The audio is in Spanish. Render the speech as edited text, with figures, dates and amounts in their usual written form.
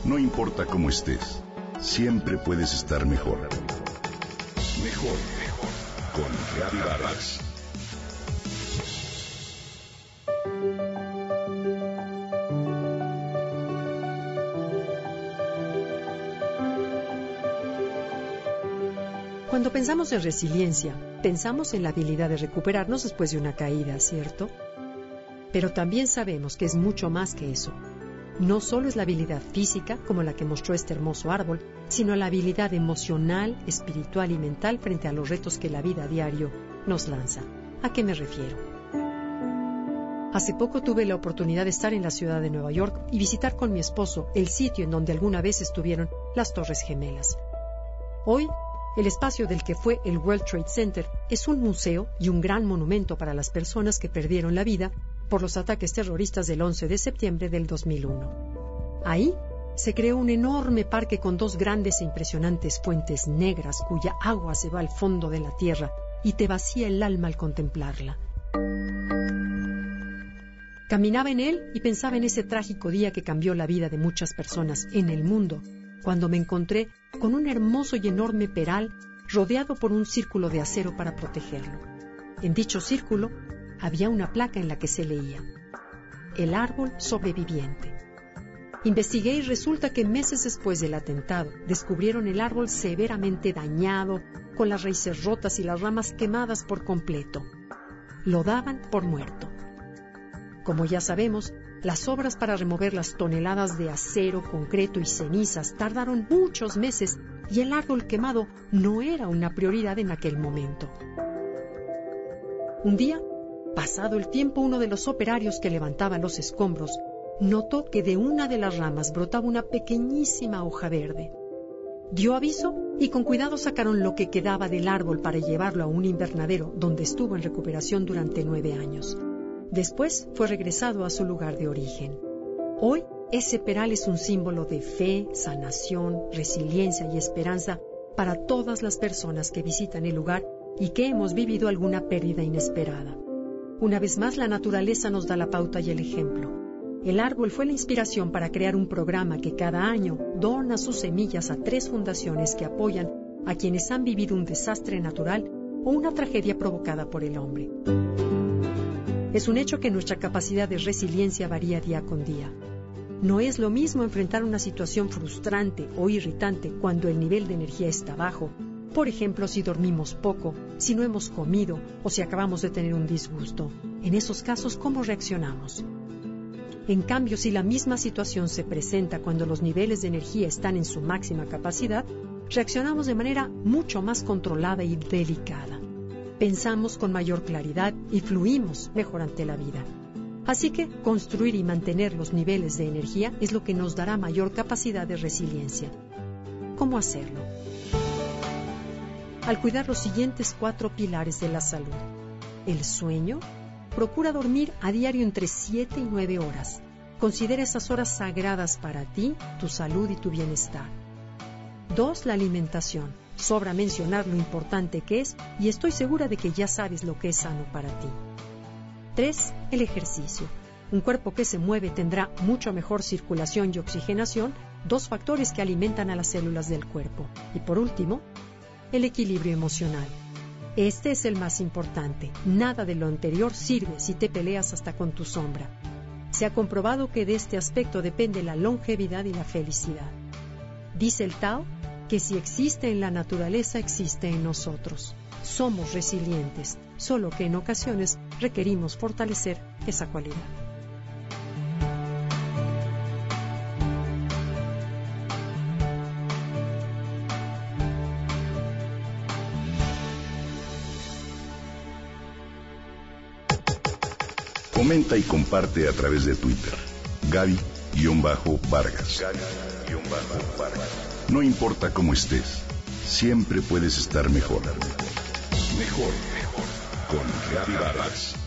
No importa cómo estés, siempre puedes estar mejor. Mejor, mejor. Con Gaby Vargas. Cuando pensamos en resiliencia, pensamos en la habilidad de recuperarnos después de una caída, ¿cierto? Pero también sabemos que es mucho más que eso. No solo es la habilidad física, como la que mostró este hermoso árbol, sino la habilidad emocional, espiritual y mental frente a los retos que la vida a diario nos lanza. ¿A qué me refiero? Hace poco tuve la oportunidad de estar en la ciudad de Nueva York y visitar con mi esposo el sitio en donde alguna vez estuvieron las Torres Gemelas. Hoy, el espacio del que fue el World Trade Center es un museo y un gran monumento para las personas que perdieron la vida por los ataques terroristas del 11 de septiembre del 2001. Ahí se creó un enorme parque con dos grandes e impresionantes fuentes negras cuya agua se va al fondo de la tierra y te vacía el alma al contemplarla. Caminaba en él y pensaba en ese trágico día que cambió la vida de muchas personas en el mundo, cuando me encontré con un hermoso y enorme peral rodeado por un círculo de acero para protegerlo. En dicho círculo había una placa en la que se leía: el árbol sobreviviente. Investigué y resulta que meses después del atentado descubrieron el árbol severamente dañado, con las raíces rotas y las ramas quemadas por completo. Lo daban por muerto. Como ya sabemos, las obras para remover las toneladas de acero, concreto y cenizas tardaron muchos meses y el árbol quemado no era una prioridad en aquel momento. Un día, pasado el tiempo, uno de los operarios que levantaban los escombros notó que de una de las ramas brotaba una pequeñísima hoja verde. Dio aviso y con cuidado sacaron lo que quedaba del árbol para llevarlo a un invernadero donde estuvo en recuperación durante 9 años. Después fue regresado a su lugar de origen. Hoy, ese peral es un símbolo de fe, sanación, resiliencia y esperanza para todas las personas que visitan el lugar y que hemos vivido alguna pérdida inesperada. Una vez más, la naturaleza nos da la pauta y el ejemplo. El árbol fue la inspiración para crear un programa que cada año dona sus semillas a 3 fundaciones que apoyan a quienes han vivido un desastre natural o una tragedia provocada por el hombre. Es un hecho que nuestra capacidad de resiliencia varía día con día. No es lo mismo enfrentar una situación frustrante o irritante cuando el nivel de energía está bajo. Por ejemplo, si dormimos poco, si no hemos comido o si acabamos de tener un disgusto. En esos casos, ¿cómo reaccionamos? En cambio, si la misma situación se presenta cuando los niveles de energía están en su máxima capacidad, reaccionamos de manera mucho más controlada y delicada. Pensamos con mayor claridad y fluimos mejor ante la vida. Así que construir y mantener los niveles de energía es lo que nos dará mayor capacidad de resiliencia. ¿Cómo hacerlo? Al cuidar los siguientes 4 pilares de la salud. El sueño. Procura dormir a diario entre 7 y 9 horas. Considera esas horas sagradas para ti, tu salud y tu bienestar. 2. La alimentación. Sobra mencionar lo importante que es y estoy segura de que ya sabes lo que es sano para ti. 3. El ejercicio. Un cuerpo que se mueve tendrá mucho mejor circulación y oxigenación, 2 factores que alimentan a las células del cuerpo. Y por último, el equilibrio emocional. Este es el más importante. Nada de lo anterior sirve si te peleas hasta con tu sombra. Se ha comprobado que de este aspecto depende la longevidad y la felicidad. Dice el Tao que si existe en la naturaleza, existe en nosotros. Somos resilientes, solo que en ocasiones requerimos fortalecer esa cualidad. Comenta y comparte a través de Twitter. Gaby-Vargas. No importa cómo estés, siempre puedes estar mejor. Mejor, mejor. Con Gaby Vargas.